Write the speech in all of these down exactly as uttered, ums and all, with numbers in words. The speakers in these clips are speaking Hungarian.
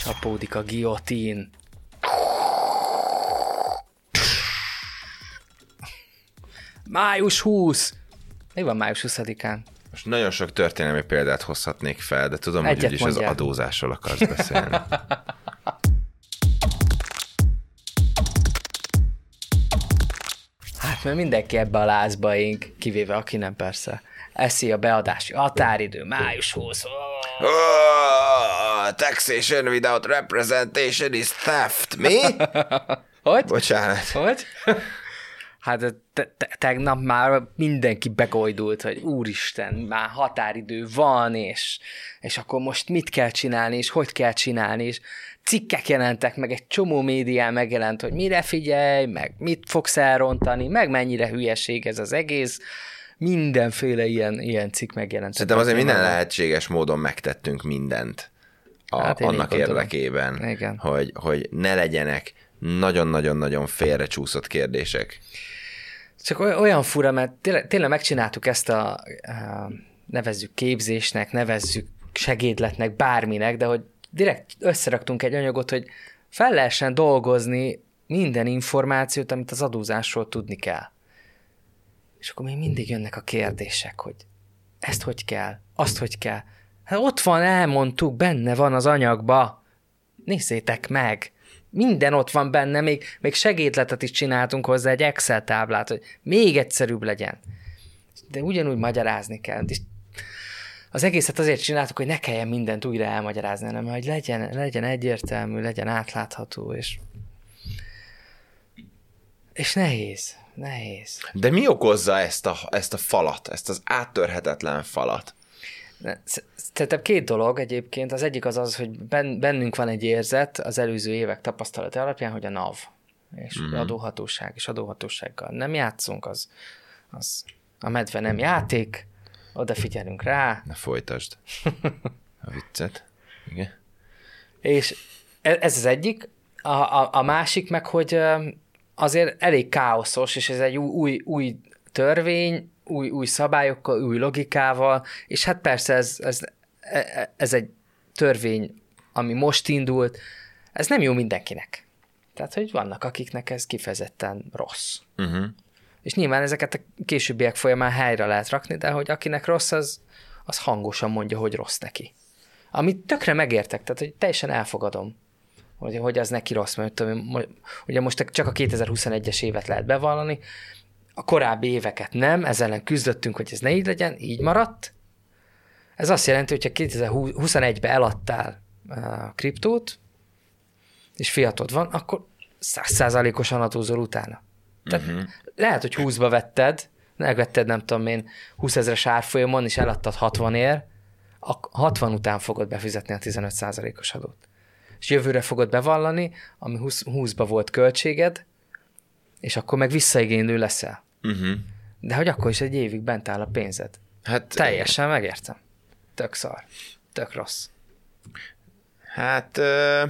Csapódik a guillotine. május huszadika. Mi van május huszadikán? Most nagyon sok történelmi példát hozhatnék fel, de tudom, Egyet hogy úgyis az mondjál. adózásról akarsz beszélni. Hát mert mindenki ebbe a lázba ing, kivéve aki nem persze. Eszi a beadási határidő, május huszadika. Oh, taxation without representation is theft. Mi? Hogy? Bocsánat. Hogy? Hát te- te- tegnap már mindenki begojdult, hogy úristen, már határidő van, és, és akkor most mit kell csinálni, és hogy kell csinálni, és cikkek jelentek, meg egy csomó médián megjelent, hogy mire figyelj, meg mit fogsz elrontani, meg mennyire hülyeség ez az egész. Mindenféle ilyen, ilyen cikk megjelent. Szerintem azért minden lehetséges módon megtettünk mindent a, Hát én így annak gondolom. érdekében, Igen. hogy, hogy ne legyenek nagyon-nagyon-nagyon félrecsúszott kérdések. Csak oly- olyan fura, mert tényleg, tényleg megcsináltuk ezt a, a nevezzük képzésnek, nevezzük segédletnek, bárminek, de hogy direkt összeraktunk egy anyagot, hogy fel lehessen dolgozni minden információt, amit az adózásról tudni kell. És akkor még mindig jönnek a kérdések, hogy ezt hogy kell, azt hogy kell. Hát ott van, elmondtuk, benne van az anyagba. Nézzétek meg! Minden ott van benne, még, még segédletet is csináltunk hozzá, egy Excel táblát, hogy még egyszerűbb legyen. De ugyanúgy magyarázni kell. És az egészet azért csináltuk, hogy ne kelljen mindent újra elmagyarázni, hanem hogy legyen, legyen egyértelmű, legyen átlátható, és, és nehéz, nehéz. De mi okozza ezt a, ezt a falat, ezt az áttörhetetlen falat? Szerintem két dolog egyébként. Az egyik az az, hogy bennünk van egy érzet az előző évek tapasztalata alapján, hogy a NAV és mm-hmm. adóhatóság és adóhatósággal nem játszunk, az, az a medve nem játék, odafigyelünk rá. Ne folytasd a viccet. Igen. És ez az egyik. A, a, a másik meg, hogy azért elég káoszos, és ez egy új, új törvény, új, új szabályokkal, új logikával, és hát persze ez, ez, ez egy törvény, ami most indult, ez nem jó mindenkinek. Tehát, hogy vannak, akiknek ez kifejezetten rossz. Uh-huh. És nyilván ezeket a későbbiek folyamán helyre lehet rakni, de hogy akinek rossz, az, az hangosan mondja, hogy rossz neki. Amit tökre megértek, tehát, hogy teljesen elfogadom, hogy, hogy az neki rossz, mert tudom, ugye most csak a kétezer-huszonegyes évet lehet bevallani, a korábbi éveket nem, ezzel ellen küzdöttünk, hogy ez ne így legyen, így maradt. Ez azt jelenti, hogy ha kétezer-huszonegyben eladtál a kriptót, és fiatod van, akkor száz százalékosan adózol utána. Tehát uh-huh. lehet, hogy húszba vetted, megvetted, nem tudom én, húszezres árfolyamon, és eladtad hatvanért, a hatvan után fogod befizetni a tizenöt százalékos adót. És jövőre fogod bevallani, ami húszba volt költséged, és akkor meg visszaigénylő leszel. Uh-huh. De hogy akkor is egy évig bent áll a pénzed. Hát teljesen én... megértem. Tök szar. Tök rossz. Hát...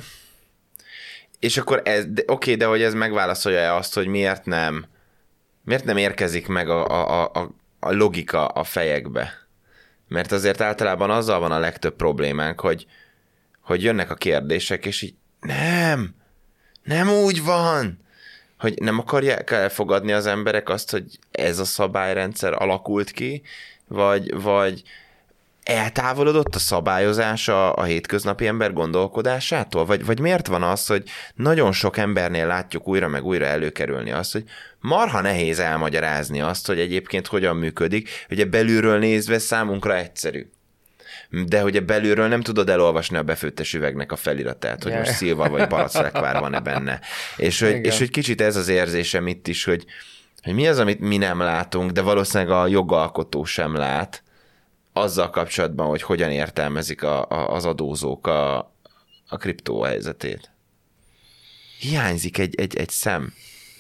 És akkor ez... Oké, okay, de hogy ez megválaszolja azt, hogy miért nem... Miért nem érkezik meg a, a, a, a logika a fejekbe? Mert azért általában azzal van a legtöbb problémánk, hogy, hogy jönnek a kérdések, és így nem, nem úgy van, hogy nem akarják elfogadni az emberek azt, hogy ez a szabályrendszer alakult ki, vagy, vagy eltávolodott a szabályozás a, a hétköznapi ember gondolkodásától? Vagy, vagy miért van az, hogy nagyon sok embernél látjuk újra meg újra előkerülni azt, hogy marha nehéz elmagyarázni azt, hogy egyébként hogyan működik, ugye belülről nézve számunkra egyszerű. De ugye belülről nem tudod elolvasni a befőttes üvegnek a feliratát, hogy yeah. most szilva vagy palaclekvár van-e benne. És hogy, és hogy kicsit ez az érzésem itt is, hogy, hogy mi az, amit mi nem látunk, de valószínűleg a jogalkotó sem lát, azzal kapcsolatban, hogy hogyan értelmezik a, a, az adózók a, a kriptó helyzetét. Hiányzik egy, egy, egy szem.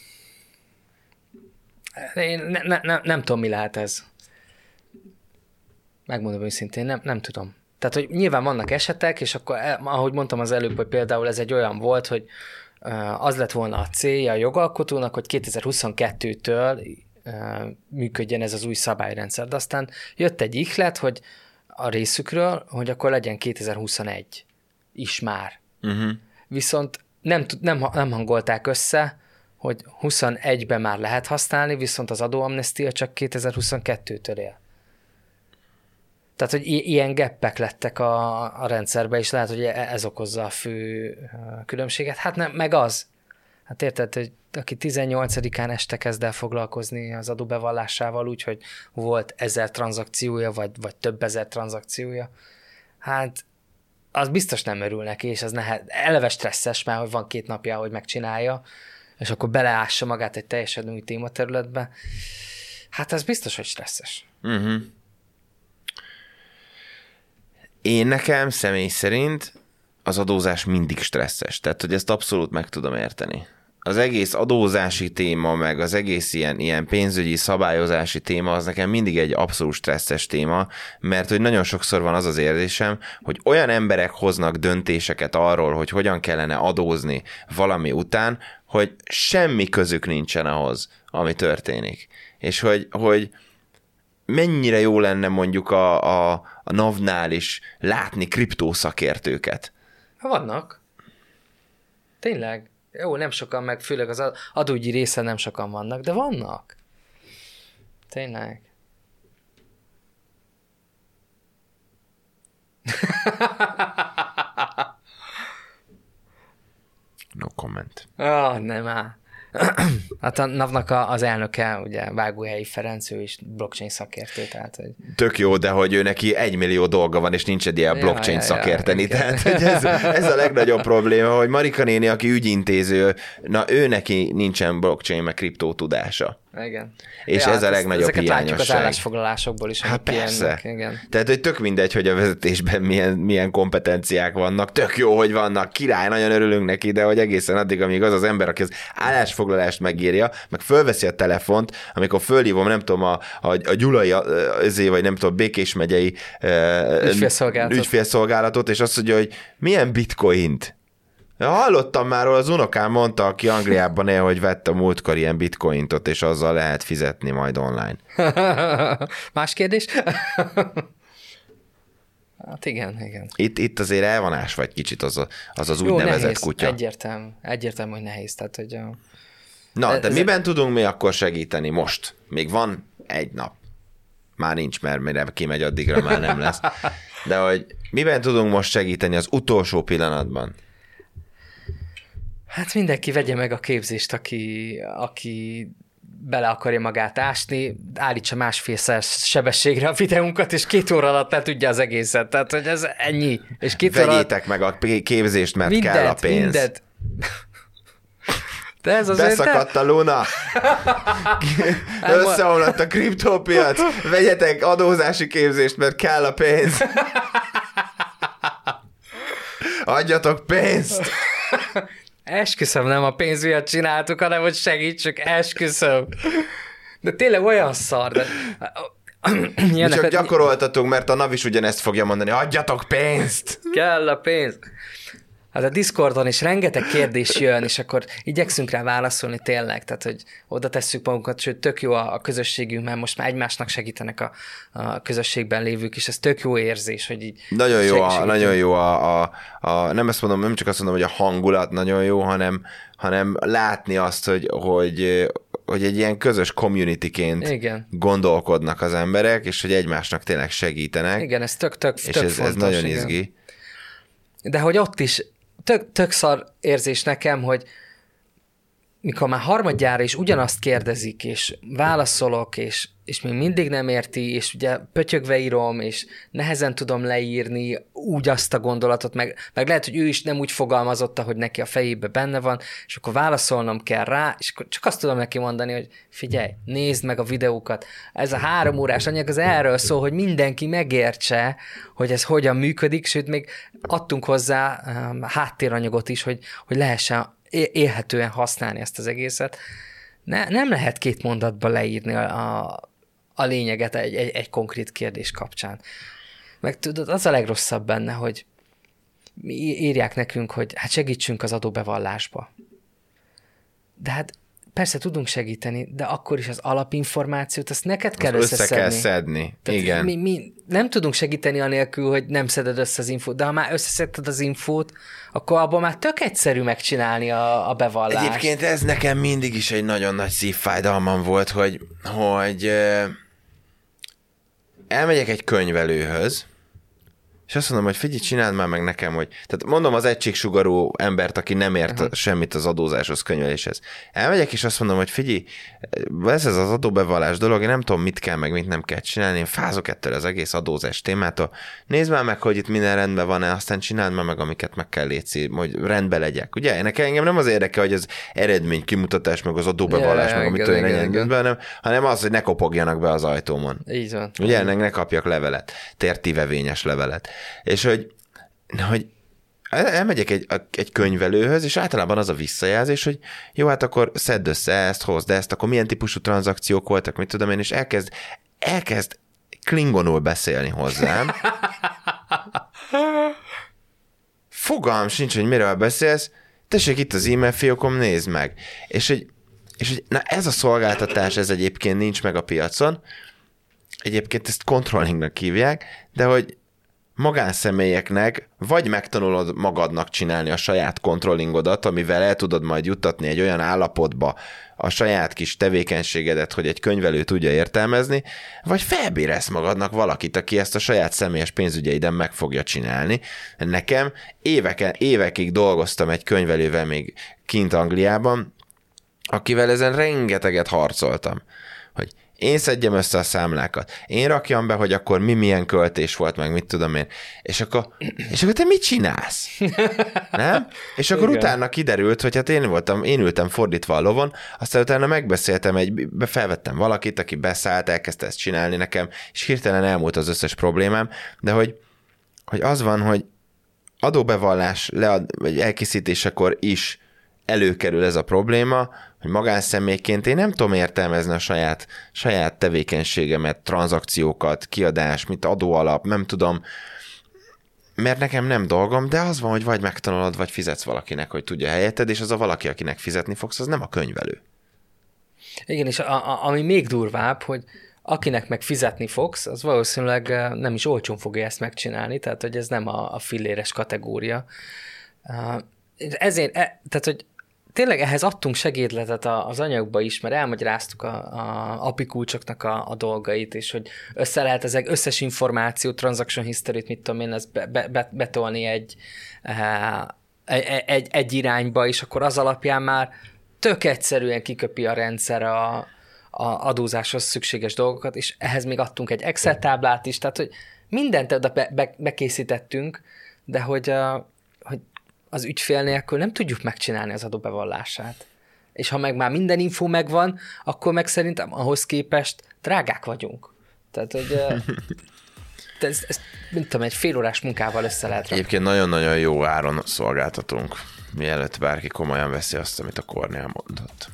Én ne, ne, ne, nem tudom, mi lehet ez. Megmondom őszintén, nem, nem tudom. Tehát, hogy nyilván vannak esetek, és akkor, ahogy mondtam az előbb, hogy például ez egy olyan volt, hogy az lett volna a célja a jogalkotónak, hogy kétezer-huszonkettőtől működjen ez az új szabályrendszer. De aztán jött egy ihlet, hogy a részükről, hogy akkor legyen kétezer-huszonegy is már. Uh-huh. Viszont nem, nem, nem hangolták össze, hogy huszonegyben már lehet használni, viszont az adóamnestia csak kétezer-huszonkettőtől él. Tehát, hogy i- ilyen geppek lettek a, a rendszerbe, és lehet, hogy ez okozza a fő különbséget. Hát nem, meg az. Hát érted, hogy aki tizennyolcadikán este kezd el foglalkozni az adóbevallásával úgy, hogy volt ezer tranzakciója, vagy, vagy több ezer tranzakciója, hát az biztos nem örül neki, és az nehe, eleve stresszes, mert hogy van két napja, hogy megcsinálja, és akkor beleássa magát egy teljesen új tématerületbe. Hát ez biztos, hogy stresszes. Uh-huh. Én nekem személy szerint az adózás mindig stresszes, tehát hogy ezt abszolút meg tudom érteni. Az egész adózási téma, meg az egész ilyen, ilyen pénzügyi szabályozási téma, az nekem mindig egy abszolút stresszes téma, mert hogy nagyon sokszor van az az érzésem, hogy olyan emberek hoznak döntéseket arról, hogy hogyan kellene adózni valami után, hogy semmi közük nincsen ahhoz, ami történik. És hogy, hogy mennyire jó lenne mondjuk a, a, a NAV-nál is látni kriptószakértőket. Vannak. Tényleg. Jó, nem sokan, meg főleg az adógyi része nem sokan vannak, de vannak. Tényleg. No comment. Ah, nem áll. Hát a NAV-nak az elnöke, ugye Vágóhelyi Ferenc, ő is blockchain szakértő, tehát hogy... Tök jó, de hogy ő neki egy millió dolga van, és nincs egy ilyen blockchain ja, ja, szakérteni. ja, Tehát hogy ez, ez a legnagyobb probléma, hogy Marika néni, aki ügyintéző, na ő neki nincsen blockchain, meg kriptó tudása. Igen. És ja, ez a legnagyobb ezeket hiányosság. látjuk az állásfoglalásokból is. Hát persze. Ilyennek, igen. Tehát, hogy tök mindegy, hogy a vezetésben milyen, milyen kompetenciák vannak. Tök jó, hogy vannak. Király, nagyon örülünk neki, de hogy egészen addig, amíg az az ember, aki az állásfoglalást megírja, meg fölveszi a telefont, amikor fölhívom, nem tudom, a, a, a Gyulai, azé, vagy nem tudom, Békés megyei ügyfélszolgálatot. ügyfélszolgálatot, és azt mondja, hogy milyen bitcoint? Ja, hallottam már, az unokám mondta, aki Angliában él, hogy vett a múltkor ilyen bitcointot, és azzal lehet fizetni majd online. Más kérdés? Hát igen, igen. Itt, itt azért elvonás vagy kicsit az a, az, az Jó, úgynevezett nehéz. kutya. Egyértelmű. Egyértelmű, hogy nehéz. Tehát, hogy a... Na, de de ez miben tudunk mi akkor segíteni most? Még van egy nap. Már nincs, mert mire kimegy, addigra már nem lesz. De hogy miben tudunk most segíteni az utolsó pillanatban? Hát mindenki vegye meg a képzést, aki, aki bele akarja magát ásni, állítsa másfélszer sebességre a videónkat, és két óra alatt le tudja az egészet. Tehát, hogy ez ennyi. És két Vegyétek óra... meg a képzést, mert mindent, kell a pénz. Mindent. De ez azért beszakadt a Luna. Összeomlott a kriptópiac. Vegyetek adózási képzést, mert kell a pénz. Adjatok pénzt. Esküszöm, nem a pénz miatt csináltuk, hanem hogy segítsük, esküszöm. De tényleg olyan szar, de... Mi csak a... gyakoroltatunk, mert a NAV is ugyanezt fogja mondani, adjatok pénzt! Kell a pénz! Hát a Discordon is rengeteg kérdés jön, és akkor igyekszünk rá válaszolni tényleg, tehát hogy oda tesszük magunkat, sőt tök jó a, a közösségünk, mert most már egymásnak segítenek a, a közösségben lévők, és ez tök jó érzés, hogy így... Nagyon jó, a, nagyon jó a, a, a, nem ezt mondom, nem csak azt mondom, hogy a hangulat nagyon jó, hanem, hanem látni azt, hogy, hogy, hogy egy ilyen közös communityként igen. gondolkodnak az emberek, és hogy egymásnak tényleg segítenek. Igen, ez tök, tök, és tök ez, fontos. ez nagyon igen. izgi. De hogy ott is tök, tök szar érzés nekem, hogy mikor már harmadjára is ugyanazt kérdezik, és válaszolok, és, és még mindig nem érti, és ugye pötyögve írom, és nehezen tudom leírni úgy azt a gondolatot, meg, meg lehet, hogy ő is nem úgy fogalmazott, hogy neki a fejébe benne van, és akkor válaszolnom kell rá, és akkor csak azt tudom neki mondani, hogy figyelj, nézd meg a videókat. Ez a három órás anyag az erről szól, hogy mindenki megértse, hogy ez hogyan működik, sőt még adtunk hozzá um, háttéranyagot is, hogy, hogy lehessen élhetően használni ezt az egészet. Ne, nem lehet két mondatba leírni a, a, a lényeget egy, egy, egy konkrét kérdés kapcsán. Meg tudod, az a legrosszabb benne, hogy írják nekünk, hogy hát segítsünk az adóbevallásba. De hát persze tudunk segíteni, de akkor is az alapinformációt, azt neked kell össze összeszedni. kell szedni. Tehát igen. Mi, mi nem tudunk segíteni anélkül, hogy nem szeded össze az infót, de ha már összeszedted az infót, akkor abban már tök egyszerű megcsinálni a, a bevallást. Egyébként ez nekem mindig is egy nagyon nagy szívfájdalmam volt, hogy, hogy elmegyek egy könyvelőhöz, és azt mondom, hogy figyelj, csináld már meg nekem, hogy... Tehát mondom az egységsugarú embert, aki nem ért uh-huh. semmit az adózáshoz, könyveléshez. Elmegyek, és azt mondom, hogy figyelj, ez az az adóbevallás dolog, én nem tudom, mit kell, meg mit nem kell csinálni, én fázok ettől az egész adózás témától. Nézd már meg, hogy itt minden rendben van-e, aztán csináld már meg, amiket meg kell létszi, hogy rendbe legyek. Ugye? Nekem engem nem az érdekel, hogy az eredmény kimutatás, meg az adóbevallás, ja, meg amit olyan legyen rendben, hanem az, hogy ne kopogjanak be az ajtómon. Így van. Ugye? Ennek ne kapjak levelet, tértivevényes levelet. És hogy, hogy elmegyek egy, egy könyvelőhöz, és általában az a visszajelzés, hogy jó, hát akkor szedd össze ezt, hozd ezt, akkor milyen típusú tranzakciók voltak, mit tudom én, és elkezd, elkezd klingonul beszélni hozzám. Fogalmam sincs, hogy miről beszélsz, tessék itt az e-mail fiókom, nézd meg. És hogy, és hogy na ez a szolgáltatás, ez egyébként nincs meg a piacon, egyébként ezt controllingnak hívják, de hogy magánszemélyeknek vagy megtanulod magadnak csinálni a saját controllingodat, amivel el tudod majd juttatni egy olyan állapotba a saját kis tevékenységedet, hogy egy könyvelő tudja értelmezni, vagy felbérelsz magadnak valakit, aki ezt a saját személyes pénzügyeiden meg fogja csinálni. Nekem éveken, évekig dolgoztam egy könyvelővel még kint Angliában, akivel ezen rengeteget harcoltam, hogy én szedjem össze a számlákat, én rakjam be, hogy akkor mi milyen költés volt, meg mit tudom én, és akkor, és akkor te mit csinálsz? Nem? És akkor igen. Utána kiderült, hogy hát én voltam, én ültem fordítva a lovon, aztán utána megbeszéltem, egy, felvettem valakit, aki beszállt, elkezdte ezt csinálni nekem, és hirtelen elmúlt az összes problémám, de hogy, hogy az van, hogy adóbevallás lead, vagy elkészítésekor is előkerül ez a probléma, hogy magánszemélyként én nem tudom értelmezni a saját, saját tevékenységemet, tranzakciókat, kiadás, mint adóalap, nem tudom, mert nekem nem dolgom, de az van, hogy vagy megtanulod, vagy fizetsz valakinek, hogy tudja helyetted, és az a valaki, akinek fizetni fogsz, az nem a könyvelő. Igen, és a, a, ami még durvább, hogy akinek meg fizetni fogsz, az valószínűleg nem is olcsón fogja ezt megcsinálni, tehát hogy ez nem a, a filléres kategória. Ezért, e, tehát hogy tényleg ehhez adtunk segédletet az anyagba is, mert elmagyaráztuk a, a apikulcsoknak a, a dolgait, és hogy össze lehet ezek összes információ, transaction history-t, mit tudom én, ezt be, be, betolni egy, egy, egy, egy irányba, és akkor az alapján már tök egyszerűen kiköpi a rendszer a, a adózáshoz szükséges dolgokat, és ehhez még adtunk egy Excel táblát is, tehát hogy mindent oda be, be, bekészítettünk, de hogy, hogy az ügyfél nélkül nem tudjuk megcsinálni az adóbevallását. És ha meg már minden info megvan, akkor meg szerintem ahhoz képest drágák vagyunk. Tehát, hogy ez, ez, mint tudom, egy fél órás munkával össze lehet rakni. Egyébként nagyon-nagyon jó áron szolgáltatunk, mielőtt bárki komolyan veszi azt, amit a Kornél mondott.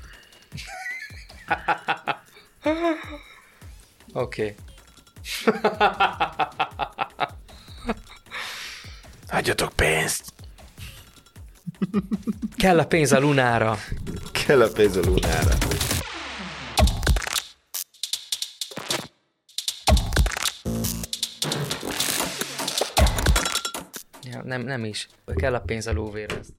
Oké. Adjatok pénzt! Kell a pénz a Lunára. Kell a pénz a Lunára. Ja, nem, nem is. Kell a pénz a lóvérhez.